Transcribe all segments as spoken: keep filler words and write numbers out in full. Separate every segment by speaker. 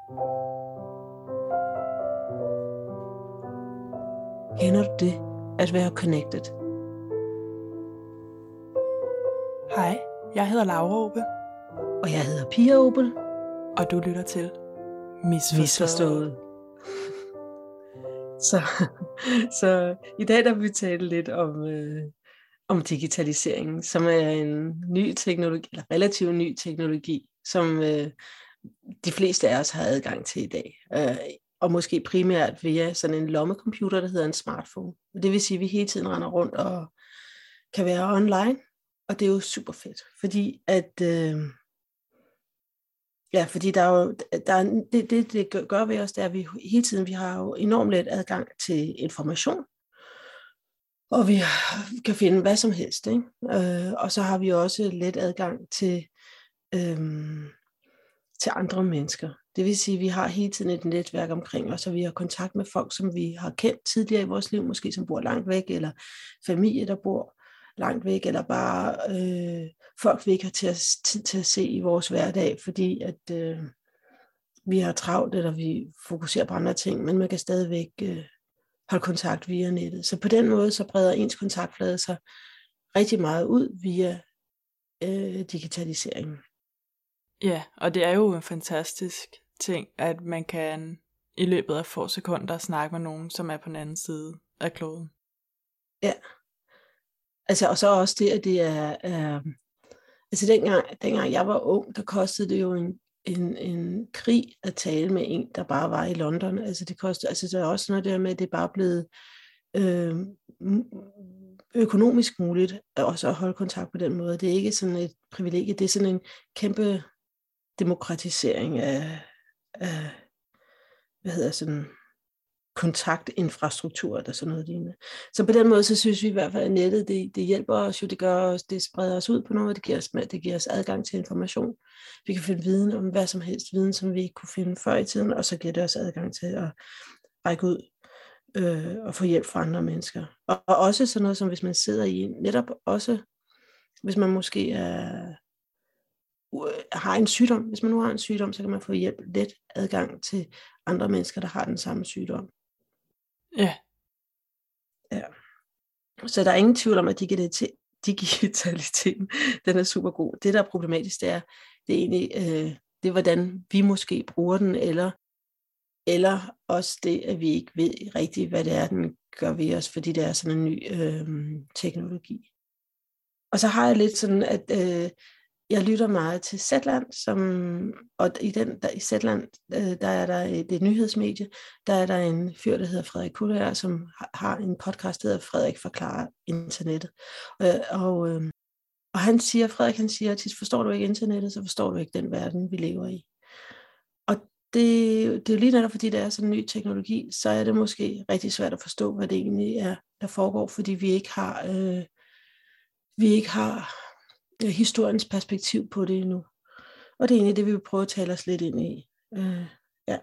Speaker 1: Kender du det, at være connected?
Speaker 2: Hej, jeg hedder Laura Opel.
Speaker 1: Og jeg hedder Pia Opel.
Speaker 2: Og du lytter til Misforstået.
Speaker 1: Misforstået. Så, så i dag der vil vi tale lidt om, øh, om digitaliseringen, som er en ny teknologi, eller relativt ny teknologi, som øh, de fleste af os har adgang til i dag. Øh, og måske primært via sådan en lommecomputer, der hedder en smartphone. Det vil sige, at vi hele tiden render rundt og kan være online, og det er jo super fedt, fordi at øh, ja, fordi der er jo, der er, det, det, det gør ved os, det er, at vi hele tiden vi har jo enormt let adgang til information, og vi kan finde hvad som helst, ikke? Øh, og så har vi også let adgang til, øh, til andre mennesker. Det vil sige, at vi har hele tiden et netværk omkring os, og vi har kontakt med folk, som vi har kendt tidligere i vores liv, måske som bor langt væk, eller familie, der bor langt væk, eller bare øh, folk, vi ikke har tid til at se i vores hverdag, fordi at øh, vi har travlt, eller vi fokuserer på andre ting, men man kan stadigvæk øh, holde kontakt via nettet. Så på den måde, så breder ens kontaktflade sig rigtig meget ud via øh, digitaliseringen.
Speaker 2: Ja, og det er jo en fantastisk ting, at man kan i løbet af få sekunder snakke med nogen, som er på den anden side af kloden.
Speaker 1: Ja. Altså, og så også det, at det er, er altså dengang, dengang jeg var ung, der kostede det jo en, en, en krig at tale med en, der bare var i London. Altså det kostede, altså der er også noget der med, at det er bare blevet øh, økonomisk muligt at også at holde kontakt på den måde. Det er ikke sådan et privilegie, det er sådan en kæmpe demokratisering af, af hvad hedder sådan kontaktinfrastruktur eller sådan noget lignende. Så på den måde, så synes vi i hvert fald, at nettet, det, det hjælper os jo, det gør os, det spreder os ud på noget, det giver os, det giver os adgang til information. Vi kan finde viden om hvad som helst, viden, som vi ikke kunne finde før i tiden, og så giver det os adgang til at række ud øh, og få hjælp fra andre mennesker. Og, og også sådan noget, som hvis man sidder i, netop også, hvis man måske er, har en sygdom, hvis man nu har en sygdom, så kan man få hjælp, let adgang til andre mennesker, der har den samme sygdom.
Speaker 2: Ja.
Speaker 1: Ja. Så der er ingen tvivl om, at digitaliteten, den er super god. Det, der er problematisk, det er, det er egentlig, øh, det er, hvordan vi måske bruger den, eller, eller også det, at vi ikke ved rigtigt, hvad det er, den gør ved os, fordi det er sådan en ny øh, teknologi. Og så har jeg lidt sådan, at øh, jeg lytter meget til Zetland, som, og i, den, der, i Zetland, øh, der er der et, et nyhedsmedie, der er der en fyr, der hedder Frederik Kullager, som har en podcast, der hedder Frederik forklarer internettet. Øh, og, øh, og han siger, Frederik han siger, at forstår du ikke internettet, så forstår du ikke den verden, vi lever i. Og det, det er jo lige netop, fordi det er sådan en ny teknologi, så er det måske rigtig svært at forstå, hvad det egentlig er, der foregår, fordi vi ikke har, øh, vi ikke har historiens perspektiv på det endnu. Og det er egentlig det, vi vil prøve at tale os lidt ind i. Uh, ja.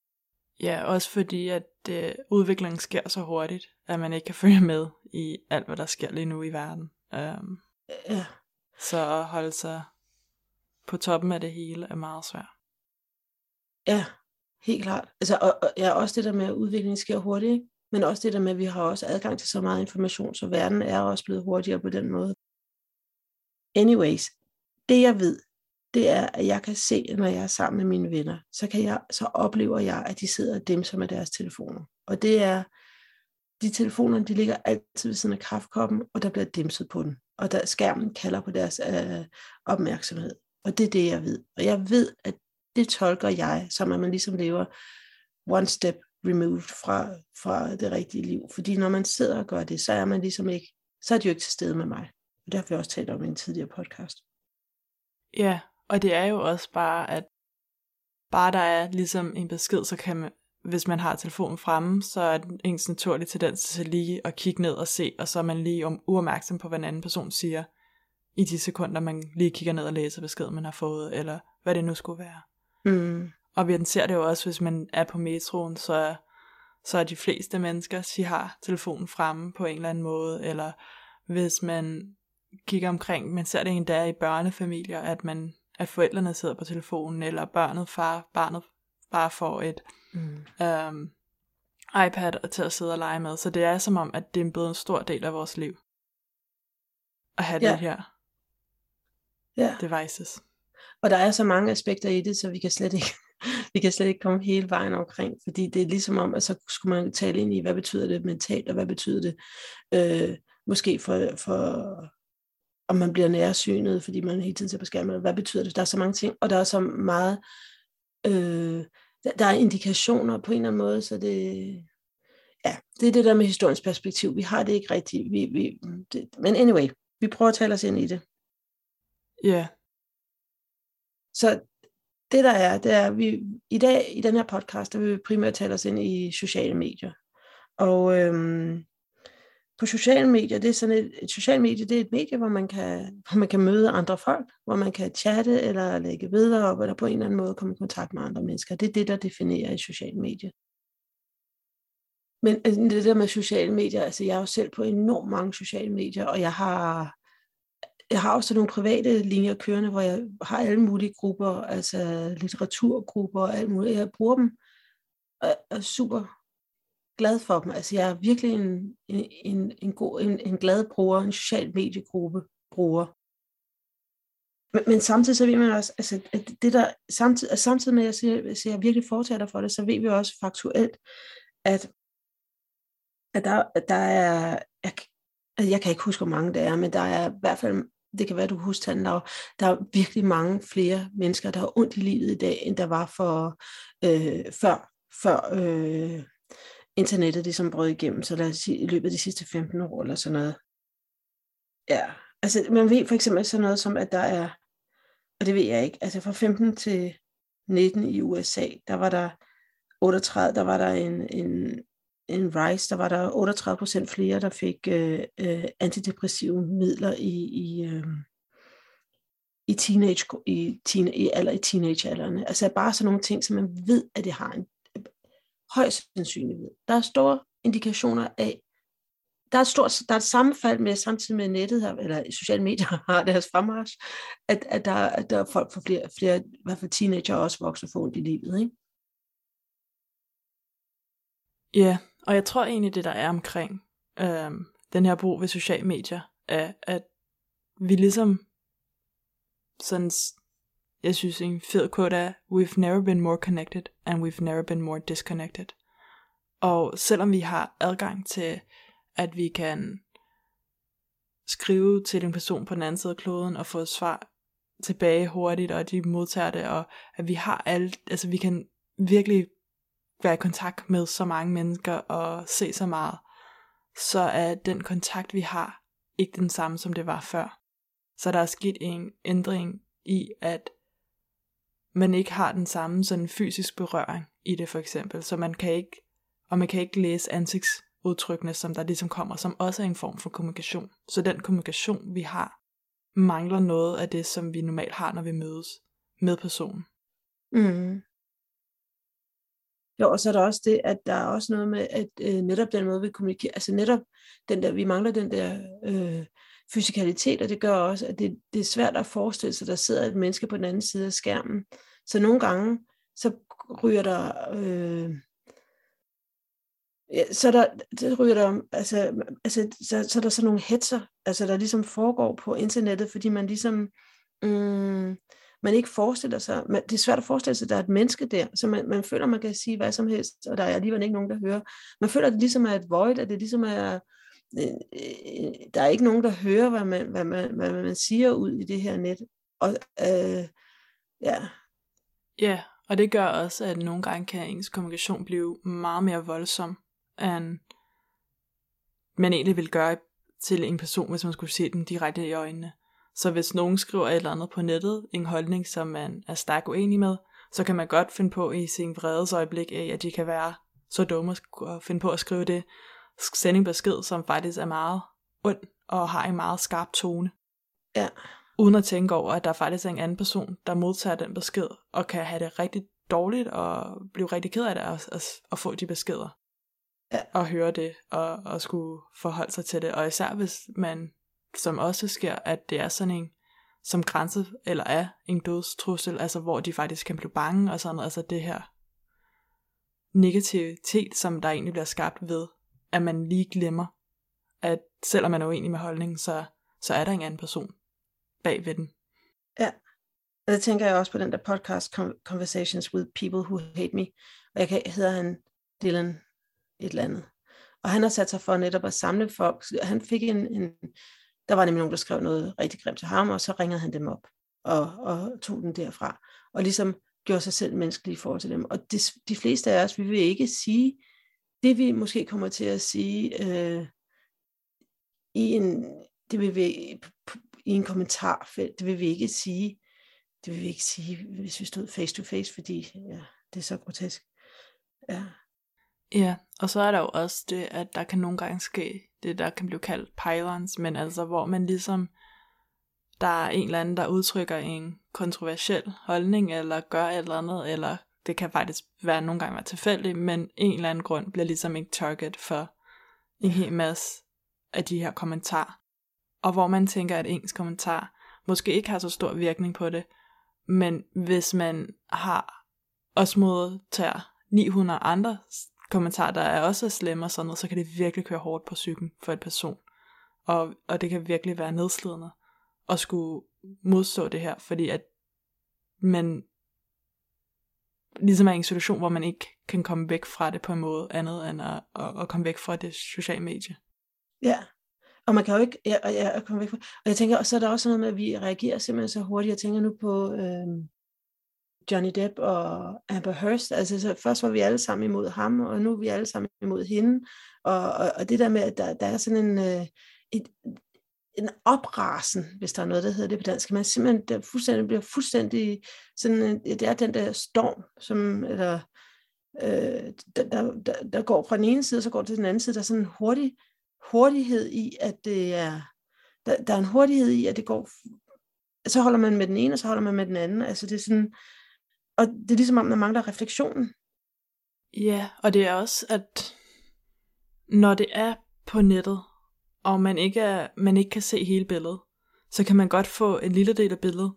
Speaker 2: Ja, også fordi, at øh, udviklingen sker så hurtigt, at man ikke kan følge med i alt, hvad der sker lige nu i verden. Um,
Speaker 1: ja.
Speaker 2: Så at holde sig på toppen af det hele er meget svært.
Speaker 1: Ja, helt klart. Altså, og, og, ja, også det der med, at udviklingen sker hurtigt, ikke? Men også det der med, at vi har også adgang til så meget information, så verden er også blevet hurtigere på den måde. Anyways, det jeg ved, det er, at jeg kan se, når jeg er sammen med mine venner, så, kan jeg, så oplever jeg, at de sidder og dimser med deres telefoner. Og det er, de telefoner, de ligger altid ved siden af kaffekoppen, og der bliver dimset på den. Og der, skærmen kalder på deres øh, opmærksomhed. Og det er det, jeg ved. Og jeg ved, at det tolker jeg, som at man ligesom lever one step removed fra, fra det rigtige liv. Fordi når man sidder og gør det, så er man ligesom ikke, så er de jo ikke til stede med mig. Og det har vi også talt om i en tidligere podcast.
Speaker 2: Ja, og det er jo også bare, at bare der er ligesom en besked, så kan man, hvis man har telefonen fremme, så er den ens naturlige tendens til lige at kigge ned og se, og så er man lige om, uopmærksom på, hvad en anden person siger, i de sekunder, man lige kigger ned og læser beskeden, man har fået, eller hvad det nu skulle være.
Speaker 1: Mm.
Speaker 2: Og vi ser det jo også, hvis man er på metroen, så, så er de fleste mennesker, de har telefonen fremme på en eller anden måde, eller hvis man kigger omkring, man ser det endda i børnefamilier, at man at forældrene sidder på telefonen, eller børnet, far, barnet, bare får et
Speaker 1: Mm.
Speaker 2: øhm, iPad til at sidde og lege med. Så det er som om, at det er blevet en stor del af vores liv at have
Speaker 1: Ja.
Speaker 2: det her
Speaker 1: Ja.
Speaker 2: devices.
Speaker 1: Og der er så mange aspekter i det, så vi kan slet ikke, vi kan slet ikke komme hele vejen omkring, fordi det er ligesom om, at så skulle man tale ind i, hvad betyder det mentalt, og hvad betyder det øh, måske for, for, om man bliver nærsynet, fordi man hele tiden ser på skærmen, eller hvad betyder det? Der er så mange ting, og der er så meget, øh, der, der er indikationer på en eller anden måde, så det, ja, det er det der med historiens perspektiv. Vi har det ikke rigtigt, vi, vi, det, men anyway, vi prøver at tale os ind i det.
Speaker 2: Ja. Yeah.
Speaker 1: Så det der er, det er, at vi i dag i den her podcast, der vil vi primært tale os ind i sociale medier. Og øhm, på sociale medier, det er sådan et, et socialt medie, det er et medie, hvor man kan, hvor man kan møde andre folk, hvor man kan chatte eller lægge billeder op, eller på en eller anden måde komme i kontakt med andre mennesker. Det er det, der definerer et socialt medie. Men det der med sociale medier, altså jeg er jo selv på enormt mange sociale medier, og jeg har Jeg har også nogle private linjer kørende, hvor jeg har alle mulige grupper, altså litteraturgrupper og alt muligt. Jeg bruger dem og er super glad for dem. Altså jeg er virkelig en, en, en, god, en, en glad bruger, en social mediegruppe bruger. Men, men samtidig så ved man også, altså, at det der, samtidig, at samtidig med at jeg siger, at jeg virkelig fortaler for det, så ved vi også faktuelt, at, at, der, at der er, jeg, jeg kan ikke huske, hvor mange der er, men der er i hvert fald, det kan være, du husker den, der, der er virkelig mange flere mennesker, der har ondt i livet i dag, end der var for øh, før, før øh, internettet ligesom brød igennem, så lad os sige, i løbet af de sidste femten år, eller sådan noget. Ja, altså man ved for eksempel sådan noget som, at der er, og det ved jeg ikke, altså fra femten til nitten i U S A, der var der otteogtredive, der var der en, en en rise, der var der otteogtredive procent flere, der fik øh, øh, antidepressive midler i, i, øh, i, teenage, i, teen, i, alder, i teenagealderne. Altså bare sådan nogle ting, som man ved, at det har en højst sandsynlighed. Der er store indikationer af, der er, et stort, der er et sammenfald med, samtidig med nettet, her, eller sociale medier har deres fremmarch, at, at, der, at der er folk for flere, flere, i hvert fald teenager også vokser for ondt i livet, ikke?
Speaker 2: Ja, og jeg tror egentlig, det der er omkring øhm, den her brug ved sociale medier, er, at vi ligesom sådan, jeg synes en fed quote er, we've never been more connected, and we've never been more disconnected. Og selvom vi har adgang til, at vi kan skrive til en person på den anden side af kloden, og få et svar tilbage hurtigt, og de modtager det, og at vi har alt, altså vi kan virkelig være i kontakt med så mange mennesker og se så meget, så er den kontakt vi har ikke den samme som det var før. Så der er sket en ændring i, at man ikke har den samme sådan fysisk berøring i det for eksempel, så man kan ikke, og man kan ikke læse ansigtsudtrykkene, som der ligesom kommer, som også er en form for kommunikation. Så den kommunikation vi har, mangler noget af det, som vi normalt har, når vi mødes med personen.
Speaker 1: Mm. Jo, og så er der også det, at der er også noget med, at øh, netop den måde, vi kommunikerer, altså netop den der, vi mangler den der øh, fysikalitet, og det gør også, at det, det er svært at forestille sig, at der sidder et menneske på den anden side af skærmen. Så nogle gange, så ryger der, øh, ja, så der, så ryger der, altså, altså så, så er der sådan nogle hetser, altså der ligesom foregår på internettet, fordi man ligesom, øh, man ikke forestiller sig, man, det er svært at forestille sig, at der er et menneske der, så man, man føler, man kan sige hvad som helst, og der er alligevel ikke nogen, der hører. Man føler, at det ligesom er et void, at det ligesom er, øh, der er ikke nogen, der hører, hvad man, hvad man, hvad man siger ud i det her net. Og øh, ja.
Speaker 2: Ja, og det gør også, at nogle gange kan ens kommunikation blive meget mere voldsom, end man egentlig vil gøre til en person, hvis man skulle se den direkte i øjnene. Så hvis nogen skriver et eller andet på nettet, en holdning, som man er stærkt uenig med, så kan man godt finde på i sin vredesøjeblik af, at de kan være så dumme at finde på at skrive det, sende en besked, som faktisk er meget ond og har en meget skarp tone.
Speaker 1: Ja.
Speaker 2: Uden at tænke over, at der faktisk er en anden person, der modtager den besked, og kan have det rigtig dårligt, og blive rigtig ked af det, at, at, at få de beskeder.
Speaker 1: Ja.
Speaker 2: Og høre det, og, og skulle forholde sig til det. Og især hvis man, som også sker, at det er sådan en, som grænse, eller er en dødstrussel, altså hvor de faktisk kan blive bange, og sådan noget, altså det her negativitet, som der egentlig bliver skabt ved, at man lige glemmer, at selvom man er uenig med holdningen, så, så er der en anden person bag ved den.
Speaker 1: Ja, og det tænker jeg også på den der podcast, Conversations with People Who Hate Me, og jeg kan, hedder han Dylan et eller andet. Og han har sat sig for netop at samle folk. Han fik en, en der var nemlig nogen, der skrev noget rigtig grimt til ham, og så ringede han dem op og, og tog den derfra. Og ligesom gjorde sig selv menneskelig i forhold til dem. Og det, de fleste af os, vi vil ikke sige det, vi måske kommer til at sige øh, i en, det vil vi, i en kommentarfelt. Det vil vi ikke sige. Det vil vi ikke sige, hvis vi stod face to face, fordi ja, det er så grotesk. Ja.
Speaker 2: Ja, og så er der jo også det, at der kan nogle gange ske det, der kan blive kaldt pylons, men altså hvor man ligesom, der er en eller anden, der udtrykker en kontroversiel holdning, eller gør et eller andet, eller det kan faktisk være nogle gange være tilfældigt, men en eller anden grund bliver ligesom en target for en hel masse af de her kommentarer. Og hvor man tænker, at ens kommentar måske ikke har så stor virkning på det, men hvis man har også modtager ni hundrede andre kommentarer, der er også slemme og sådan noget, så kan det virkelig køre hårdt på psyken for en person. Og, og det kan virkelig være nedslidende at skulle modstå det her, fordi at man ligesom er i en situation, hvor man ikke kan komme væk fra det på en måde andet end at, at, at komme væk fra det sociale medie.
Speaker 1: Ja, og man kan jo ikke ja, ja, komme væk fra. Og jeg tænker, og så er der også noget med, at vi reagerer simpelthen så hurtigt. Jeg tænker nu på øh, Johnny Depp og Amber Heard. Altså så først var vi alle sammen imod ham, og nu er vi alle sammen imod hende. Og, og, og det der med, at der, der er sådan en, øh, et, en oprasen, hvis der er noget, der hedder det på dansk. Man simpelthen der fuldstændig, bliver fuldstændig sådan, det er den der storm, som, eller, øh, der, der, der går fra den ene side, og så går til den anden side. Der er sådan en hurtig hurtighed i, at det er, der, der er en hurtighed i, at det går, så holder man med den ene, og så holder man med den anden. Altså det er sådan, og det er ligesom om, man mangler refleksionen.
Speaker 2: Ja, og det er også, at når det er på nettet, og man ikke, er, man ikke kan se hele billedet, så kan man godt få en lille del af billedet,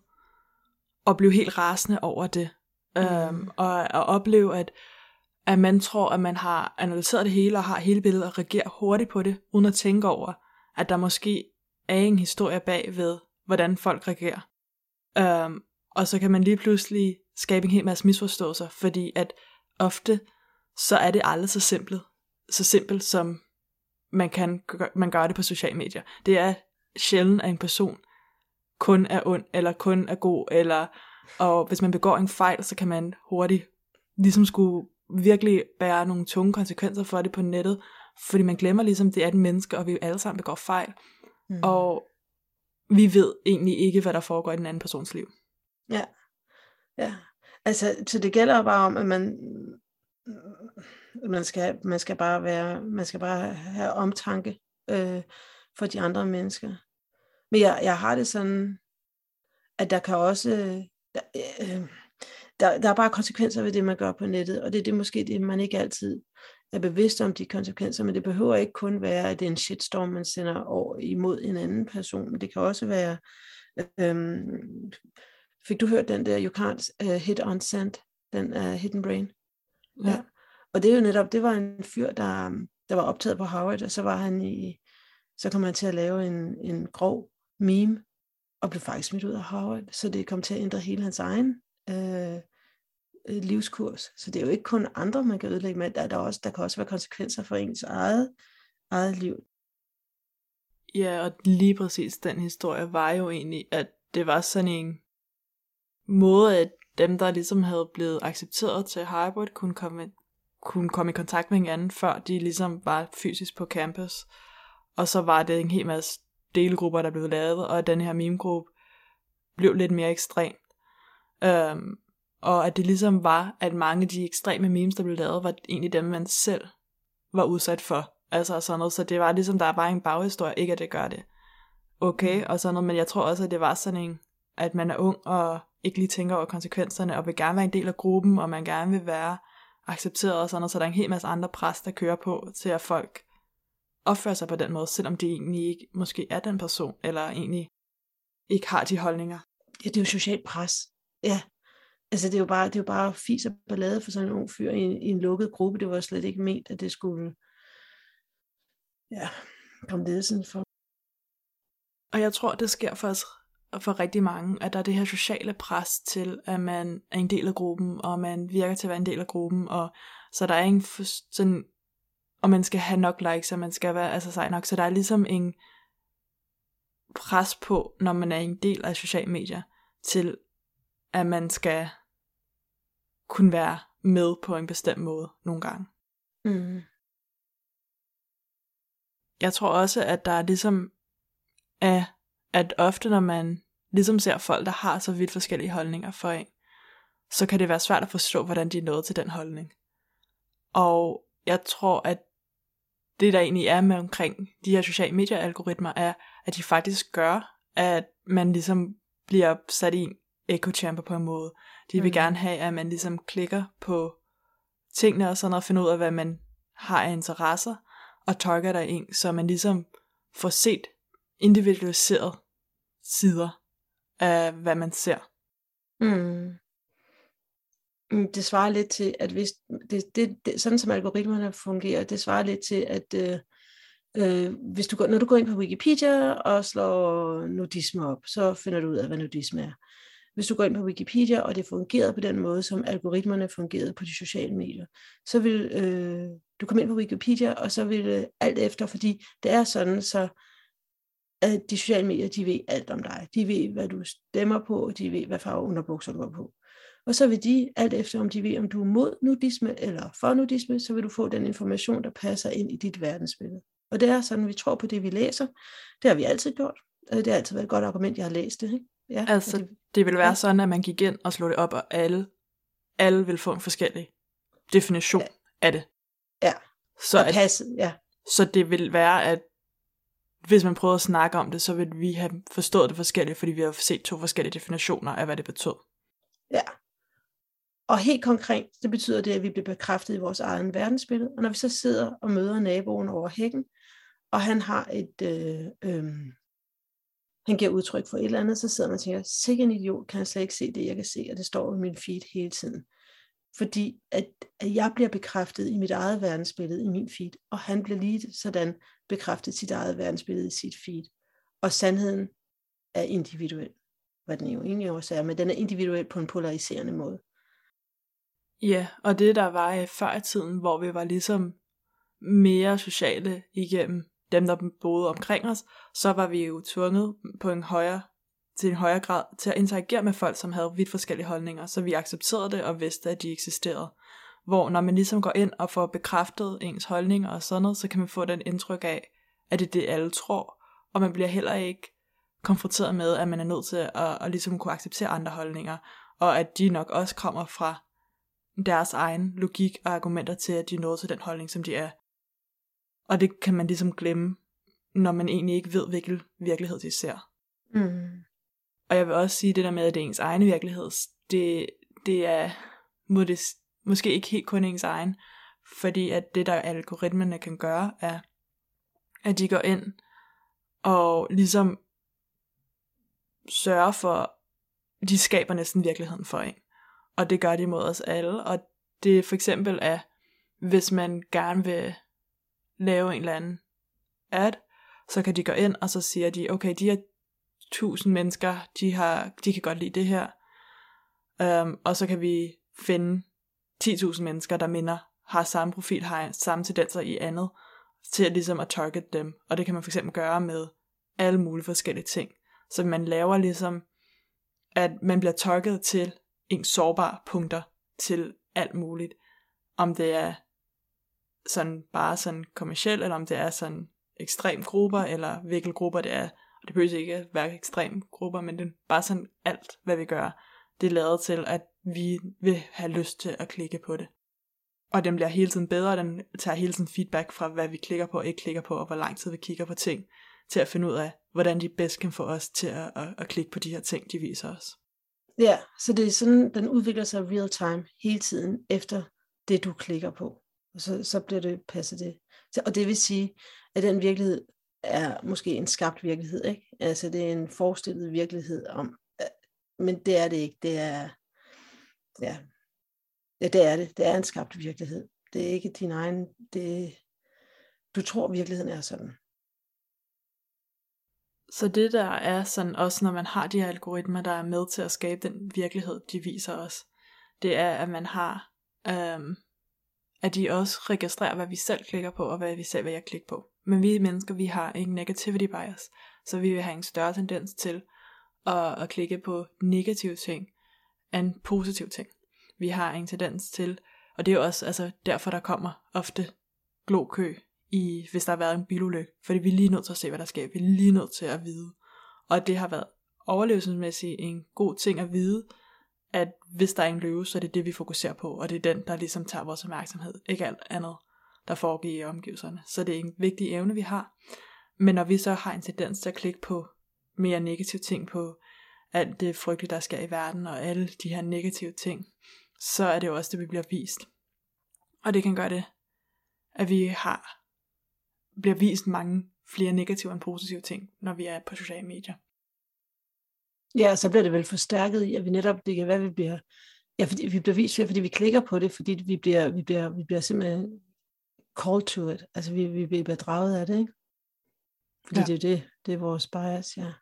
Speaker 2: og blive helt rasende over det. Mm. Øhm, og, og opleve, at, at man tror, at man har analyseret det hele, og har hele billedet, og reagerer hurtigt på det, uden at tænke over, at der måske er en historie bag ved, hvordan folk reagerer. Øhm, og så kan man lige pludselig skabe en hel masse misforståelser, fordi at ofte, så er det aldrig så simpelt, så simpelt som man kan man gør det på sociale medier. Det er sjældent, at en person kun er ond, eller kun er god, eller, og hvis man begår en fejl, så kan man hurtigt ligesom skulle virkelig bære nogle tunge konsekvenser for det på nettet, fordi man glemmer ligesom, det er et menneske, og vi alle sammen begår fejl, mm. og vi ved egentlig ikke, hvad der foregår i den anden persons liv.
Speaker 1: Ja, ja. Altså, så det gælder bare om, at man man skal, man skal bare være, man skal bare have omtanke øh, for de andre mennesker. Men jeg, jeg har det sådan, at der kan også, der, øh, der, der er bare konsekvenser ved det, man gør på nettet, og det er det måske det, man ikke altid er bevidst om de konsekvenser, men det behøver ikke kun være, at det er en shitstorm, man sender over imod en anden person, men det kan også være, øh, fik du hørt den der, You Can't uh, Hit on Send, den er uh, Hidden Brain? Ja. ja. Og det er jo netop, det var en fyr, der, der var optaget på Howard, og så var han i, så kom han til at lave en, en grov meme, og blev faktisk smidt ud af Howard, så det kom til at ændre hele hans egen øh, livskurs. Så det er jo ikke kun andre, man kan ødelægge med, der, der, også, der kan også være konsekvenser for ens eget, eget liv.
Speaker 2: Ja, og lige præcis den historie var jo egentlig, at det var sådan en måde, at dem, der ligesom havde blevet accepteret til Harvard, kunne komme, kunne komme i kontakt med hinanden, før de ligesom var fysisk på campus. Og så var det en hel masse delgrupper, der blev lavet, og den her meme-gruppe blev lidt mere ekstrem. Um, og at det ligesom var, at mange af de ekstreme memes, der blev lavet, var egentlig dem, man selv var udsat for. Altså sådan noget. Så det var ligesom, der var en baghistorie, ikke at det gør det. Okay, og sådan noget, men jeg tror også, at det var sådan en, at man er ung, og ikke lige tænker over konsekvenserne, og vil gerne være en del af gruppen, og man gerne vil være accepteret og sådan noget, så der er en hel masse andre pres, der kører på, til at folk opfører sig på den måde, selvom de egentlig ikke måske er den person, eller egentlig ikke har de holdninger.
Speaker 1: Ja, det er jo socialt pres. Ja, altså det er jo bare, det er jo bare fis og ballade for sådan en ung fyr i en, i en lukket gruppe. Det var slet ikke ment, at det skulle ja, komme ledelsen for.
Speaker 2: Og jeg tror, det sker for os, for rigtig mange, at der er det her sociale pres til, at man er en del af gruppen, og man virker til at være en del af gruppen, og så der er en sådan, og man skal have nok likes, og man skal være altså sej nok, så der er ligesom en pres på, når man er en del af sociale medier, til at man skal kunne være med på en bestemt måde nogle gange.
Speaker 1: Mm.
Speaker 2: Jeg tror også, at der er ligesom er, at ofte når man ligesom ser folk, der har så vidt forskellige holdninger for en, så kan det være svært at forstå, hvordan de er nået til den holdning. Og jeg tror, at det der egentlig er med omkring de her sociale medier-algoritmer, er, at de faktisk gør, at man ligesom bliver sat i en echo chamber på en måde. De vil mm. gerne have, at man ligesom klikker på tingene og sådan noget, og finder ud af, hvad man har af interesser, og targeter en, så man ligesom får set individualiseret sider af, hvad man ser.
Speaker 1: Mm. Det svarer lidt til, at hvis det, det, det, sådan som algoritmerne fungerer, det svarer lidt til, at øh, øh, hvis du går, når du går ind på Wikipedia og slår nudisme op, så finder du ud af, hvad nudisme er. Hvis du går ind på Wikipedia, og det fungerede på den måde, som algoritmerne fungerede på de sociale medier, så vil øh, du komme ind på Wikipedia, og så vil øh, alt efter, fordi det er sådan, så at de sociale medier, de ved alt om dig. De ved, hvad du stemmer på, de ved, hvad farve underbukser du går på. Og så vil de, alt efter om de ved, om du er mod nudisme eller for nudisme, så vil du få den information, der passer ind i dit verdensbillede. Og det er sådan, vi tror på det, vi læser. Det har vi altid gjort. Det har altid været et godt argument, jeg har læst det. Ikke? Ja,
Speaker 2: altså, det, det vil være ja. sådan, at man gik ind og slog det op, og alle, alle vil få en forskellig definition ja. af det.
Speaker 1: Ja,
Speaker 2: så
Speaker 1: og passe, ja.
Speaker 2: Så det vil være, at hvis man prøvede at snakke om det, så vil vi have forstået det forskelligt, fordi vi har set to forskellige definitioner af, hvad det betød.
Speaker 1: Ja. Og helt konkret, det betyder det, at vi bliver bekræftet i vores egen verdensbillede. Og når vi så sidder og møder naboen over hækken, og han har et, øh, øh, han giver udtryk for et eller andet, så sidder man og tænker, sikke en idiot, kan han slet ikke se det, jeg kan se, og det står i min feed hele tiden. Fordi at, at jeg bliver bekræftet i mit eget verdensbillede i min feed, og han bliver lige sådan bekræftet sit eget verdensbillede i sit feed. Og sandheden er individuel, hvad den jo egentlig også er, men den er individuel på en polariserende måde.
Speaker 2: Ja, og det der var før i tiden, hvor vi var ligesom mere sociale igennem dem, der boede omkring os, så var vi jo tvunget på en højere, til en højere grad til at interagere med folk, som havde vidt forskellige holdninger, så vi accepterede det og vidste, at de eksisterede. Hvor når man ligesom går ind og får bekræftet ens holdninger og sådan noget, så kan man få den indtryk af, at det er det, alle tror, og man bliver heller ikke konfronteret med, at man er nødt til at, at ligesom kunne acceptere andre holdninger, og at de nok også kommer fra deres egen logik og argumenter til, at de er nået til den holdning, som de er. Og det kan man ligesom glemme, når man egentlig ikke ved, hvilken virkelighed de ser.
Speaker 1: Mm.
Speaker 2: Og jeg vil også sige, det der med, at det er ens egen virkelighed, det, det er må det, måske ikke helt kun ens egen, fordi at det, der algoritmerne kan gøre, er, at de går ind og ligesom sørger for, de skaber næsten virkeligheden for en. Og det gør de mod os alle. Og det for eksempel er, hvis man gerne vil lave en eller anden ad, så kan de gå ind, og så siger de, okay, de her tusind mennesker, de, har, de kan godt lide det her. Um, og så kan vi finde ti tusind mennesker, der minder, har samme profil, har samme tendenser i andet, til at ligesom at target dem. Og det kan man for eksempel gøre med alle mulige forskellige ting. Så man laver ligesom, at man bliver targetet til ens sårbare punkter til alt muligt. Om det er sådan bare sådan kommercielt, eller om det er sådan ekstrem grupper, eller hvilke grupper det er. Og det behøver ikke at være ekstrem grupper, men det er bare sådan alt, hvad vi gør. Det er lavet til, at vi vil have lyst til at klikke på det. Og den bliver hele tiden bedre, og den tager hele tiden feedback fra, hvad vi klikker på og ikke klikker på, og hvor lang tid vi kigger på ting, til at finde ud af, hvordan de bedst kan få os til at, at, at klikke på de her ting, de viser os.
Speaker 1: Ja, så det er sådan, den udvikler sig real time hele tiden efter det, du klikker på. Og så, så bliver det passet det. Og det vil sige, at den virkelighed er måske en skabt virkelighed, ikke? Altså det er en forestillet virkelighed om, men det er det ikke. Det er, ja. Ja, det er det. Det er en skabt virkelighed. Det er ikke din egen, det, du tror virkeligheden er sådan.
Speaker 2: Så det der er sådan, også når man har de her algoritmer, der er med til at skabe den virkelighed, de viser os, det er, at man har, øhm, at de også registrerer, hvad vi selv klikker på, og hvad vi selv vil klikke på. Men vi mennesker, vi har en negativity bias, så vi vil have en større tendens til at, at klikke på negative ting, end positive ting. Vi har en tendens til, og det er jo også altså, derfor, der kommer ofte glokø, i, hvis der har været en bilulykke, fordi vi er lige nødt til at se, hvad der sker. Vi er lige nødt til at vide. Og det har været overlevelsesmæssigt en god ting at vide, at hvis der er en løve, så er det det, vi fokuserer på, og det er den, der ligesom tager vores opmærksomhed, ikke alt andet, der foregår i omgivelserne. Så det er en vigtig evne, vi har. Men når vi så har en tendens til at klikke på mere negative ting, på alt det frygtelige, der sker i verden, og alle de her negative ting, så er det jo også det, vi bliver vist. Og det kan gøre det, at vi har bliver vist mange flere negative end positive ting, når vi er på sociale medier.
Speaker 1: Ja, så bliver det vel forstærket i, at vi netop, det kan være, vi bliver, ja, fordi vi bliver vist, fordi vi klikker på det, fordi vi bliver, vi bliver, vi bliver simpelthen called to it. Altså vi, vi bliver draget af det, ikke? Fordi ja. det er det, det er vores bias, ja.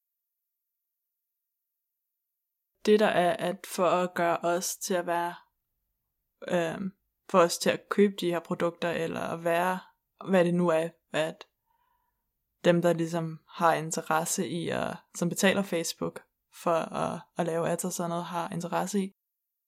Speaker 2: Det der er, at for at gøre os til at være, øh, for os til at købe de her produkter, eller at være, hvad det nu er, at dem, der ligesom har interesse i, at, som betaler Facebook for at, at lave ads og sådan noget, har interesse i.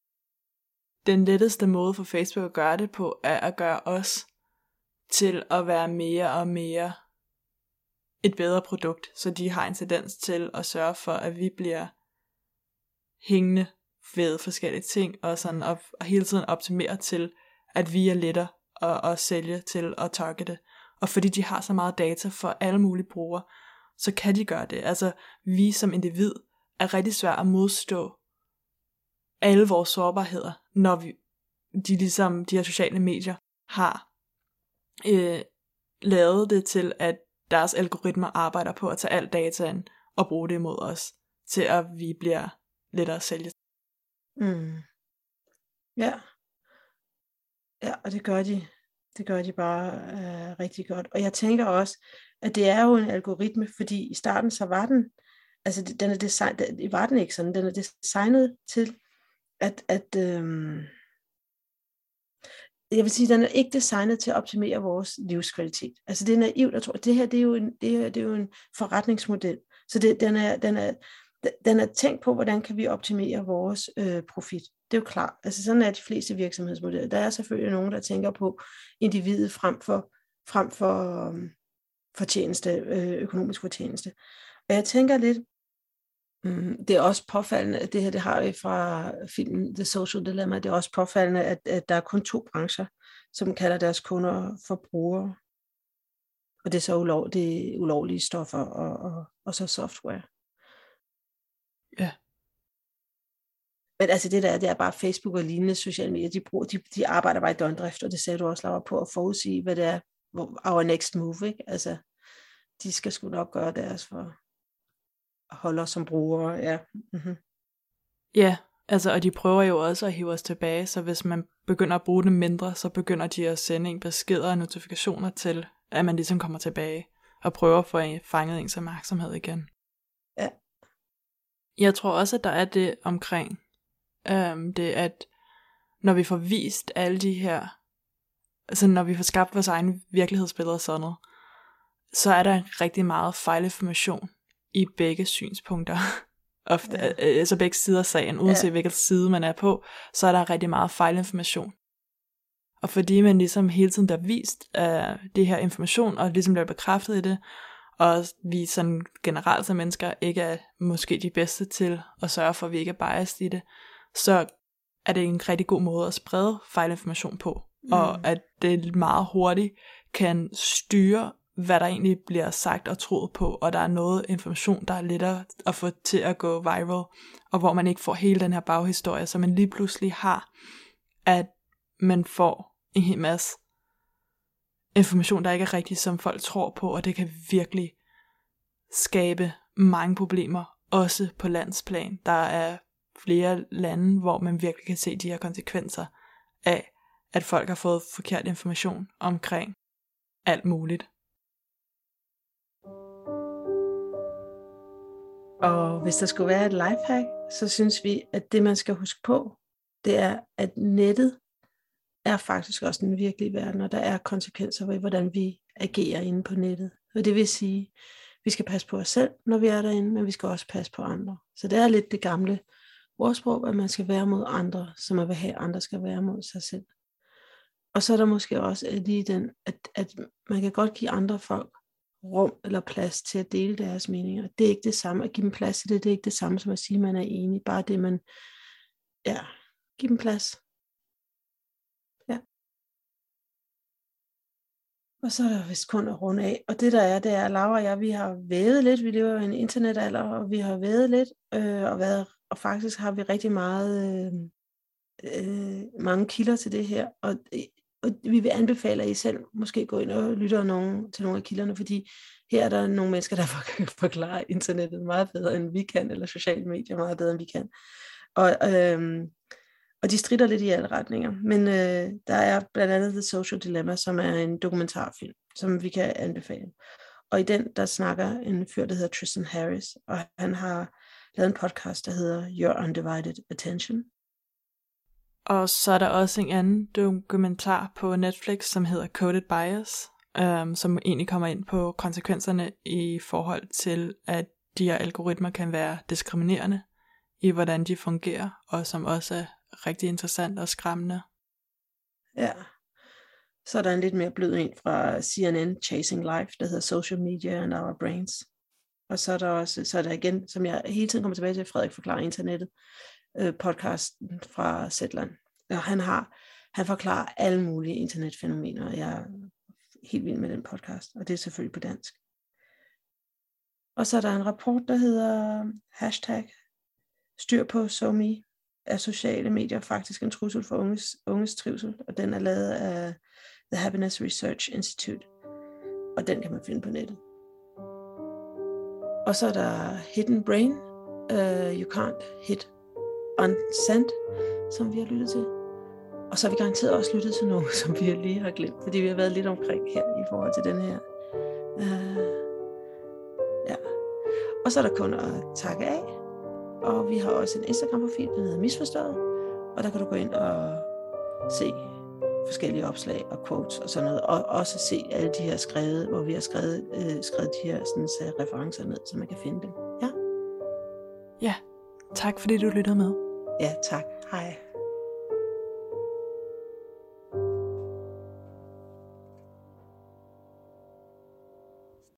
Speaker 2: Den letteste måde for Facebook at gøre det på, er at gøre os til at være mere og mere et bedre produkt, så de har en tendens til at sørge for, at vi bliver hængende ved forskellige ting, og, sådan op, og hele tiden optimere til, at vi er lettere at, at sælge til og targete. Og fordi de har så meget data for alle mulige brugere, så kan de gøre det. Altså, vi som individ er rigtig svært at modstå alle vores sårbarheder, når vi, de, ligesom, de her sociale medier har øh, lavet det til, at deres algoritmer arbejder på at tage al dataen og bruge det imod os, til at vi bliver lettere at sælge.
Speaker 1: Mm. Ja. Ja, og det gør de. Det gør de bare øh, rigtig godt. Og jeg tænker også, at det er jo en algoritme, fordi i starten så var den, altså den er designet, det var den ikke sådan, den er designet til, at, at øh, jeg vil sige, den er ikke designet til at optimere vores livskvalitet. Altså det er naivt at tro, det her det er jo en, det her, det er jo en forretningsmodel. Så det, den, er, den, er, den er tænkt på, hvordan kan vi optimere vores øh, profit. Det er jo klart. Altså sådan er de fleste virksomhedsmodeller. Der er selvfølgelig nogen, der tænker på individet frem for, frem for um, fortjeneste, øh, økonomisk fortjeneste. Og jeg tænker lidt, um, det er også påfaldende, at det her, det har vi fra filmen The Social Dilemma, det er også påfaldende, at, at der er kun to brancher, som kalder deres kunder for brugere. Og det er så ulov, det er ulovlige stoffer og, og, og så software.
Speaker 2: Ja.
Speaker 1: Men altså det der, det er bare Facebook og lignende sociale medier, de, bruger, de, de arbejder bare i døgndrift, og det sagde du også, Laura, på at forudsige, hvad det er, our next move, ikke? Altså, de skal sgu nok gøre deres for at holde os som brugere, ja. Mm-hmm.
Speaker 2: Ja, altså, og de prøver jo også at hive os tilbage, så hvis man begynder at bruge dem mindre, så begynder de at sende en beskeder og notifikationer til, at man ligesom kommer tilbage og prøver at få fanget ens opmærksomhed igen.
Speaker 1: Ja. Jeg
Speaker 2: tror også, at der er det omkring, Um, det at når vi får vist alle de her, altså når vi får skabt vores egen virkelighedsbilleder og sådan noget, så er der rigtig meget fejlinformation i begge synspunkter. Ofte, ja. Altså begge sider af sagen, uanset ja. hvilken side man er på, så er der rigtig meget fejlinformation. Og fordi man ligesom hele tiden bliver vist af det her information, og ligesom bliver bekræftet i det, og vi sådan generelt som mennesker ikke er måske de bedste til at sørge for, at vi ikke er biased i det, så er det en rigtig god måde at sprede fejlinformation på, mm. og at det meget hurtigt kan styre, hvad der egentlig bliver sagt og troet på, og der er noget information, der er lettere at få til at gå viral, og hvor man ikke får hele den her baghistorie, så man lige pludselig har, at man får en hel masse information, der ikke er rigtig, som folk tror på, og det kan virkelig skabe mange problemer, også på landsplan. Der er flere lande, hvor man virkelig kan se de her konsekvenser af, at folk har fået forkert information omkring alt muligt.
Speaker 1: Og hvis der skulle være et lifehack, så synes vi, at det man skal huske på, det er, at nettet er faktisk også den virkelige verden, og der er konsekvenser ved, hvordan vi agerer inde på nettet. Og det vil sige, vi skal passe på os selv, når vi er derinde, men vi skal også passe på andre. Så det er lidt det gamle ordsprog, at man skal være mod andre, som man vil have, andre skal være mod sig selv. Og så er der måske også lige den, at, at man kan godt give andre folk rum eller plads til at dele deres meninger. Det er ikke det samme. At give dem plads til det, det er ikke det samme som at sige, at man er enig. Bare det, man, ja, give dem plads. Ja. Og så er der vist kun at runde af. Og det der er, det er, Laura og jeg, vi har vævet lidt. Vi lever i en internetalder, og vi har vævet lidt. Øh, og, været, og faktisk har vi rigtig meget, øh, øh, mange kilder til det her. Og Og vi vil anbefale, at I selv måske gå ind og lytter nogen, til nogle af kilderne, fordi her er der nogle mennesker, der kan forklare internettet meget bedre, end vi kan, eller sociale medier meget bedre, end vi kan. Og, øhm, og de stritter lidt i alle retninger. Men øh, der er blandt andet The Social Dilemma, som er en dokumentarfilm, som vi kan anbefale. Og i den, der snakker en fyr, der hedder Tristan Harris, og han har lavet en podcast, der hedder Your Undivided Attention.
Speaker 2: Og så er der også en anden dokumentar på Netflix, som hedder Coded Bias, øhm, som egentlig kommer ind på konsekvenserne i forhold til, at de her algoritmer kan være diskriminerende i, hvordan de fungerer, og som også er rigtig interessant og skræmmende.
Speaker 1: Ja, så er der en lidt mere blød en fra C N N, Chasing Life, der hedder Social Media and Our Brains. Og så er der også, så er der igen, som jeg hele tiden kommer tilbage til, Frederik forklarer internettet, podcasten fra Zetland. Og han har, han forklarer alle mulige internetfænomener, og jeg er helt vild med den podcast, og det er selvfølgelig på dansk. Og så er der en rapport, der hedder hashtag styr på SoMe. Er sociale medier faktisk en trussel for unges, unges trivsel, og den er lavet af The Happiness Research Institute, og den kan man finde på nettet. Og så er der Hidden Brain, uh, You Can't Hit Unsent, som vi har lyttet til. Og så har vi garanteret også lyttet til noget, som vi lige har glemt, fordi vi har været lidt omkring her i forhold til den her. Uh, ja. Og så er der kun at takke af. Og vi har også en Instagram-profil, der hedder Misforstået. Og der kan du gå ind og se forskellige opslag og quotes og sådan noget. Og også se alle de her skrevet, hvor vi har skrevet, øh, skrevet de her sådan, så referencer ned, så man kan finde dem. Ja.
Speaker 2: Ja, tak fordi du lyttede med.
Speaker 1: Ja, tak. Hej.